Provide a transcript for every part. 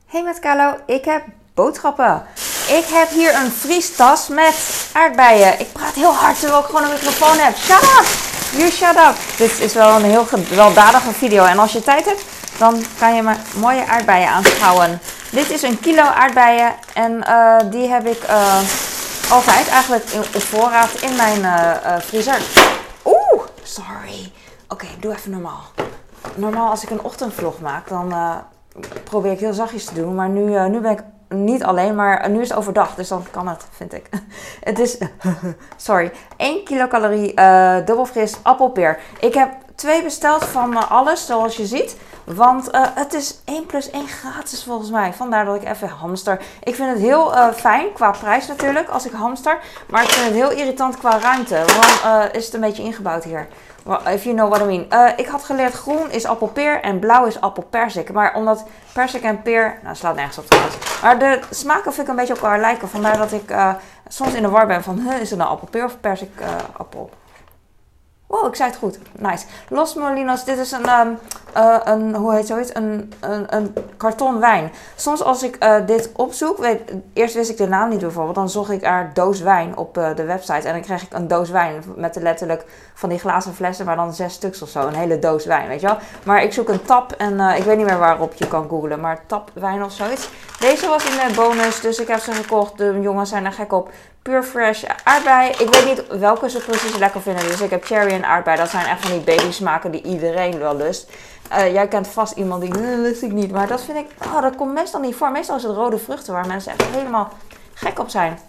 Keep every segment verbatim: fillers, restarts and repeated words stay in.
Hey met Carlo, ik heb boodschappen. Ik heb hier een vriestas met aardbeien. Ik praat heel hard terwijl ik gewoon een microfoon heb. Shut up! You shut up! Dit is wel een heel gewelddadige video. En als je tijd hebt, dan kan je me mooie aardbeien aanschouwen. Dit is een kilo aardbeien. En uh, die heb ik uh, altijd eigenlijk in, op voorraad in mijn uh, uh, vriezer. Oeh, sorry. Oké, okay, doe even normaal. Normaal als ik een ochtendvlog maak, dan uh, probeer ik heel zachtjes te doen. Maar nu, uh, nu ben ik niet alleen, maar uh, nu is het overdag. Dus dan kan het, vind ik. Het is, sorry, één kilocalorie uh, dubbelfris appelpeer. Ik heb twee besteld van uh, alles, zoals je ziet. Want uh, het is één plus één gratis volgens mij. Vandaar dat ik even hamster. Ik vind het heel uh, fijn, qua prijs natuurlijk, als ik hamster. Maar ik vind het heel irritant qua ruimte. Want uh, is het een beetje ingebouwd hier. If you know what I mean. Uh, ik had geleerd groen is appelpeer en blauw is appelpersik. Maar omdat persik en peer... Nou, slaat nergens op trouwens. Maar de smaken vind ik een beetje op elkaar lijken. Vandaar dat ik uh, soms in de war ben van... Huh, is het nou appelpeer of persik uh, appel? Wow, ik zei het goed. Nice. Los Molinos, dit is een, um, uh, een hoe heet zoiets? Een, een, een karton wijn. Soms als ik uh, dit opzoek, weet, eerst wist ik de naam niet bijvoorbeeld, dan zocht ik naar doos wijn op uh, de website en dan kreeg ik een doos wijn met de letterlijk van die glazen flessen, maar dan zes stuks of zo, een hele doos wijn, weet je wel. Maar ik zoek een tap en uh, ik weet niet meer waarop je kan googlen, maar tapwijn of zoiets. Deze was in de bonus, dus ik heb ze gekocht. De jongens zijn er gek op. Pure Fresh aardbei. Ik weet niet welke ze precies lekker vinden. Dus ik heb cherry en aardbei. Dat zijn echt van die baby smaken die iedereen wel lust. Uh, jij kent vast iemand die, nee, lust ik niet. Maar dat vind ik, oh, dat komt meestal niet voor. Meestal is het rode vruchten waar mensen echt helemaal gek op zijn.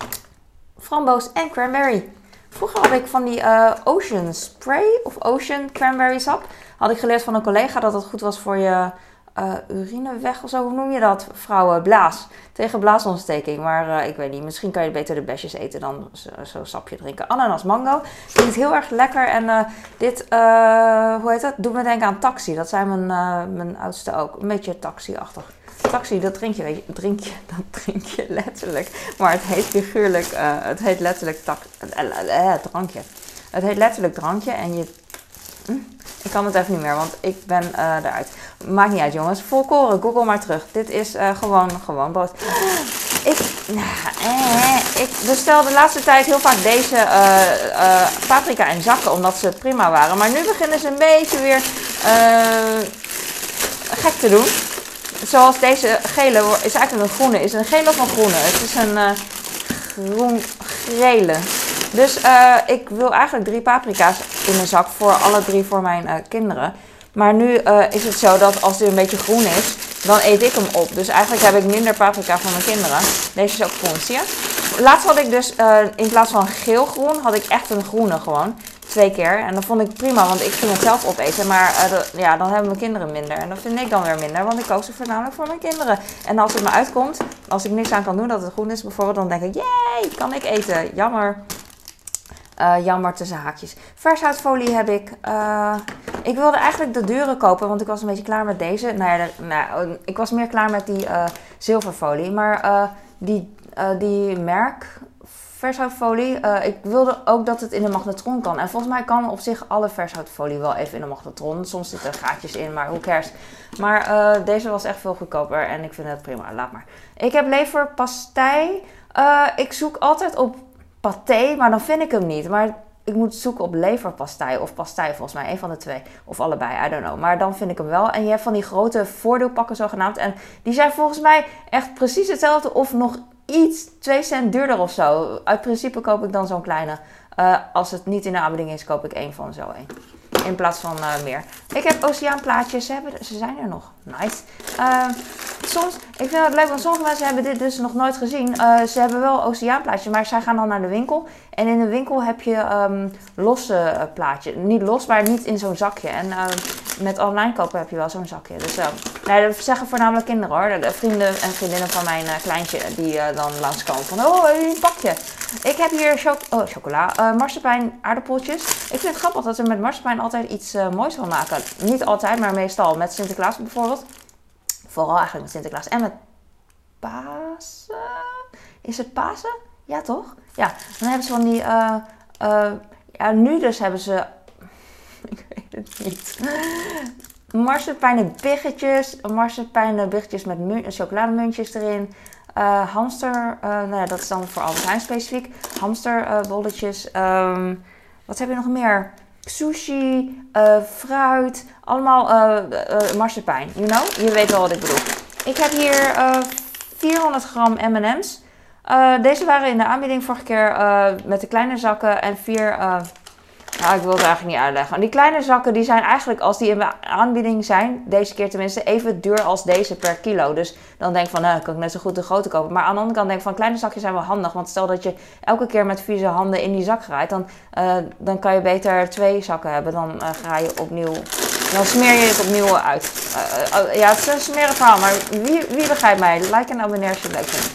Framboos en cranberry. Vroeger had ik van die uh, Ocean Spray of Ocean Cranberry sap. Had ik geleerd van een collega dat het goed was voor je... Uh, urineweg of zo, hoe noem je dat? Vrouwen, blaas. Tegen blaasontsteking. Maar uh, ik weet niet, misschien kan je beter de besjes eten dan zo'n zo sapje drinken. Ananas mango. Klinkt heel erg lekker. En uh, dit, uh, hoe heet dat? Doet me denken aan Taxi. Dat zijn mijn, uh, mijn oudste ook. Een beetje Taxi-achtig. Taxi, dat drink je, weet je. Drink je, dat drink je letterlijk. Maar het heet figuurlijk, uh, het heet letterlijk tax, uh, uh, uh, drankje. Het heet letterlijk drankje en je... Hm? Ik kan het even niet meer, want ik ben uh, eruit. Maakt niet uit, jongens. Volkoren, google maar terug. Dit is uh, gewoon, gewoon brood. Ik, eh, ik bestel de laatste tijd heel vaak deze uh, uh, paprika in zakken, omdat ze prima waren. Maar nu beginnen ze een beetje weer uh, gek te doen. Zoals deze gele, is eigenlijk een groene. Is een gele of een groene? Het is een uh, groen-gele. Dus uh, ik wil eigenlijk drie paprika's in een zak voor alle drie voor mijn uh, kinderen. Maar nu uh, is het zo dat als dit een beetje groen is, dan eet ik hem op. Dus eigenlijk heb ik minder paprika voor mijn kinderen. Deze is ook groen, zie je? Laatst had ik dus uh, in plaats van geel-groen, had ik echt een groene gewoon. Twee keer. En dat vond ik prima, want ik ging het zelf opeten. Maar uh, de, ja, dan hebben mijn kinderen minder. En dat vind ik dan weer minder, want ik koos ze voornamelijk voor mijn kinderen. En als het me uitkomt, als ik niks aan kan doen dat het groen is bijvoorbeeld, dan denk ik, jee, kan ik eten. Jammer. Uh, jammer tussen haakjes. Vershoutfolie heb ik. Uh, ik wilde eigenlijk de dure kopen, want ik was een beetje klaar met deze. Nou ja, de, nou, ik was meer klaar met die uh, zilverfolie. Maar uh, die, uh, die merk vershoutfolie, uh, ik wilde ook dat het in de magnetron kan. En volgens mij kan op zich alle vershoutfolie wel even in de magnetron. Soms zitten er gaatjes in, maar who cares. Maar uh, deze was echt veel goedkoper en ik vind het prima. Laat maar. Ik heb leverpastei. Uh, ik zoek altijd op paté, maar dan vind ik hem niet. Maar ik moet zoeken op leverpastei of pastei volgens mij. Een van de twee. Of allebei, I don't know. Maar dan vind ik hem wel. En je hebt van die grote voordeelpakken zogenaamd. En die zijn volgens mij echt precies hetzelfde of nog iets twee cent duurder of zo. Uit principe koop ik dan zo'n kleine. Uh, als het niet in de aanbieding is, koop ik één van zo één. In plaats van uh, meer. Ik heb oceaanplaatjes. Ze, hebben, ze zijn er nog. Nice. Uh, soms, ik vind het leuk, want sommige mensen hebben dit dus nog nooit gezien. Uh, ze hebben wel oceaanplaatjes, maar zij gaan dan naar de winkel. En in de winkel heb je um, losse uh, plaatjes. Niet los, maar niet in zo'n zakje. En uh, met online kopen heb je wel zo'n zakje. Dus uh, nee, dat zeggen voornamelijk kinderen hoor. De vrienden en vriendinnen van mijn uh, kleintje die uh, dan langskomen van, oh, een pakje. Ik heb hier choc oh, chocola, uh, marsepein aardappeltjes. Ik vind het grappig dat ze met marsepein altijd iets uh, moois van maken. Niet altijd, maar meestal. Met Sinterklaas bijvoorbeeld. Vooral eigenlijk met Sinterklaas. En met Pasen. Is het Pasen? Ja, toch? Ja, dan hebben ze van die... Uh, uh, ja, nu dus hebben ze... Ik weet het niet. marsepeinen biggetjes. Marsepeinen biggetjes met mu- chocolademuntjes erin. Uh, hamster, uh, nou ja, dat is dan voor Albert Heijn specifiek. Hamsterbolletjes. Uh, um, wat heb je nog meer? Sushi, uh, fruit. Allemaal uh, uh, marsepein. You know? Je weet wel wat ik bedoel. Ik heb hier uh, vierhonderd gram M en M's. Uh, deze waren in de aanbieding vorige keer uh, met de kleine zakken en vier... Uh, nou, ik wil het eigenlijk niet uitleggen. Die kleine zakken die zijn eigenlijk, als die in de aanbieding zijn, deze keer tenminste, even duur als deze per kilo. Dus dan denk ik van, nou, dan kan ik net zo goed de grote kopen. Maar aan de andere kant denk ik van, kleine zakjes zijn wel handig. Want stel dat je elke keer met vieze handen in die zak grijpt, dan, uh, dan kan je beter twee zakken hebben. Dan uh, ga je opnieuw, dan smeer je het opnieuw uit. Uh, uh, ja, het is een smerig verhaal, maar wie, wie begrijpt mij? Like en abonneer als je het leuk vindt.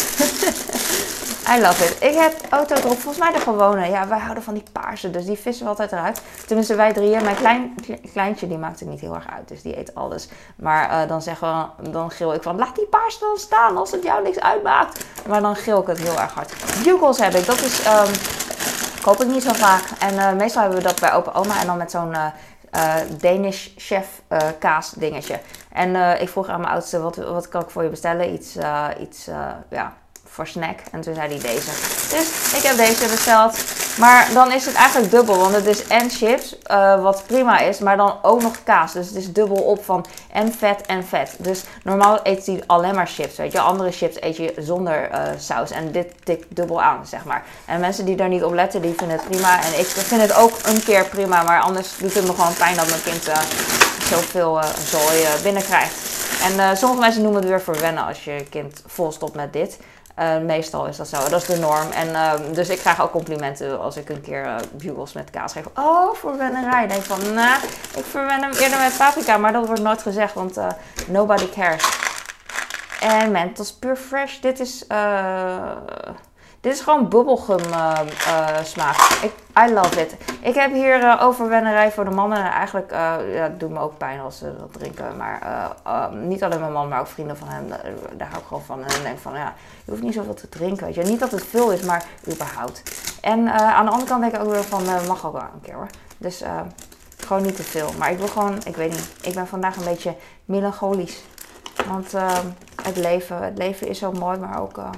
I love it. Ik heb autodrop, volgens mij de gewone. Ja, wij houden van die paarse, dus die vissen we altijd eruit. Tenminste, wij drieën. Mijn klein, kleintje, die maakt het niet heel erg uit, dus die eet alles. Maar uh, dan zeggen we, dan gil ik van, laat die paars dan staan als het jou niks uitmaakt. Maar dan gil ik het heel erg hard. Bugles heb ik, dat is, um, koop ik niet zo vaak. En uh, meestal hebben we dat bij opa oma en dan met zo'n uh, uh, Danish chef uh, kaas dingetje. En uh, ik vroeg aan mijn oudste, wat, wat kan ik voor je bestellen? Iets, uh, iets, uh, ja... voor snack. En toen zei hij deze. Dus ik heb deze besteld. Maar dan is het eigenlijk dubbel. Want het is en chips, uh, wat prima is. Maar dan ook nog kaas. Dus het is dubbel op van en vet en vet. Dus normaal eet hij alleen maar chips. Weet je, andere chips eet je zonder uh, saus. En dit tikt dubbel aan, zeg maar. En mensen die daar niet op letten, die vinden het prima. En ik vind het ook een keer prima. Maar anders doet het me gewoon pijn dat mijn kind uh, zoveel uh, zooi uh, binnenkrijgt. En uh, sommige mensen noemen het weer verwennen als je kind vol stopt met dit. Uh, meestal is dat zo, dat is de norm. En uh, dus ik krijg ook complimenten als ik een keer uh, bugles met kaas geef. Oh, verwennerij. Ik denk van, nou, nah, ik verwen hem eerder met paprika, maar dat wordt nooit gezegd, want uh, nobody cares. En Mentos Pure Fresh, dit is, uh, dit is gewoon bubblegum uh, uh, smaak. Ik, I love it. Ik heb hier uh, overwennerij voor de mannen. En eigenlijk, uh, ja, het doet me ook pijn als ze dat drinken. Maar uh, uh, niet alleen mijn man, maar ook vrienden van hem. Daar hou ik gewoon van. En dan denk ik van, ja, je hoeft niet zoveel te drinken. Weet je. Niet dat het veel is, maar überhaupt. En uh, aan de andere kant denk ik ook weer van, uh, mag ook wel een keer hoor. Dus uh, gewoon niet te veel. Maar ik wil gewoon, ik weet niet. Ik ben vandaag een beetje melancholisch. Want uh, het leven, het leven is zo mooi, maar ook... Uh,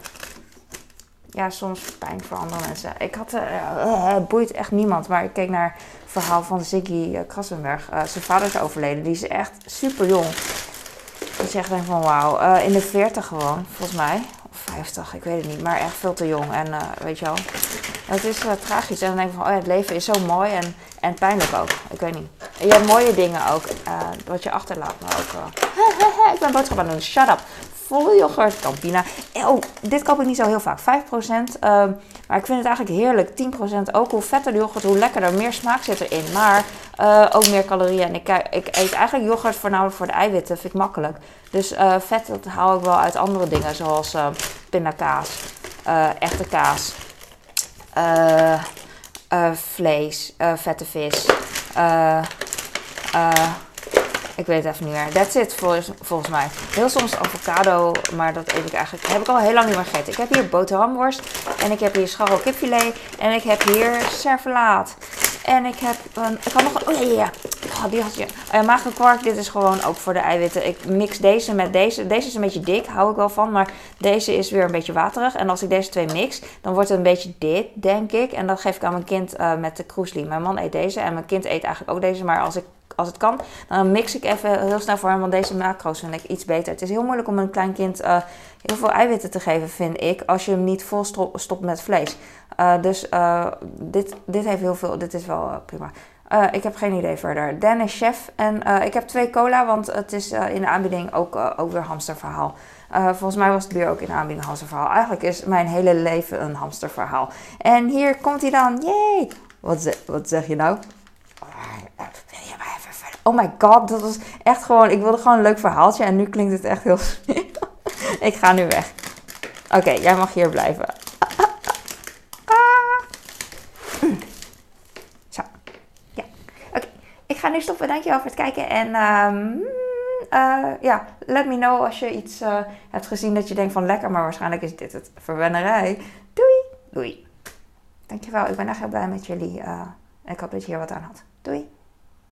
Ja, soms pijn voor andere mensen. Ik had, uh, uh, het boeit echt niemand. Maar ik keek naar het verhaal van Ziggy uh, Krassenberg. Uh, zijn vader is overleden. Die is echt super jong. Dat je echt denkt van wauw. Uh, in de veertig gewoon, volgens mij. Of vijftig, ik weet het niet. Maar echt veel te jong. En uh, weet je wel. Het is uh, tragisch. En dan denk ik van, oh ja, het leven is zo mooi. En, en pijnlijk ook. Ik weet niet. En je hebt mooie dingen ook. Uh, wat je achterlaat. Maar ook... Uh, ik ben boodschap aan het doen. Shut up. Volle yoghurt, Campina. Oh, dit koop ik niet zo heel vaak. vijf procent. Uh, maar ik vind het eigenlijk heerlijk. tien procent ook. Hoe vetter de yoghurt, hoe lekkerder. Meer smaak zit erin. Maar uh, ook meer calorieën. En ik, ik eet eigenlijk yoghurt voornamelijk voor de eiwitten. Vind ik makkelijk. Dus uh, vet, dat haal ik wel uit andere dingen. Zoals uh, pindakaas. Uh, echte kaas. Uh, uh, vlees. Uh, vette vis. Uh, uh, Ik weet het even niet meer. That's it volgens, volgens mij. Heel soms avocado, maar dat eet ik eigenlijk, heb ik al heel lang niet meer gegeten. Ik heb hier boterhamworst en ik heb hier scharrel kipfilet en ik heb hier servelaat. En ik heb een, ik had nog een, oh ja, ja, ja. Oh, die had je. Uh, magere kwark, dit is gewoon ook voor de eiwitten. Ik mix deze met deze. Deze is een beetje dik, hou ik wel van, maar deze is weer een beetje waterig. En als ik deze twee mix, dan wordt het een beetje dit, denk ik. En dat geef ik aan mijn kind uh, met de kroesli. Mijn man eet deze en mijn kind eet eigenlijk ook deze, maar als ik Als het kan, dan mix ik even heel snel voor hem, want deze macro's vind ik iets beter. Het is heel moeilijk om een klein kind uh, heel veel eiwitten te geven, vind ik, als je hem niet vol stopt met vlees. Uh, dus uh, dit, dit heeft heel veel, dit is wel uh, prima. Uh, ik heb geen idee verder. Dan is chef en uh, ik heb twee cola, want het is uh, in de aanbieding ook, uh, ook weer hamsterverhaal. Uh, volgens mij was het bier ook in de aanbieding hamsterverhaal. Eigenlijk is mijn hele leven een hamsterverhaal. En hier komt hij dan. Yay! Wat, ze, wat zeg je nou? Oh my god, dat was echt gewoon... Ik wilde gewoon een leuk verhaaltje en nu klinkt het echt heel... Ik ga nu weg. Oké, okay, jij mag hier blijven. Zo. Ja. Oké, okay. Ik ga nu stoppen. Dankjewel voor het kijken. En um, uh, ja, let me know als je iets uh, hebt gezien dat je denkt van lekker. Maar waarschijnlijk is dit het. Verwennerij. Doei. Doei. Dankjewel. Ik ben echt heel blij met jullie. Uh, en ik hoop dat je hier wat aan had. Doei.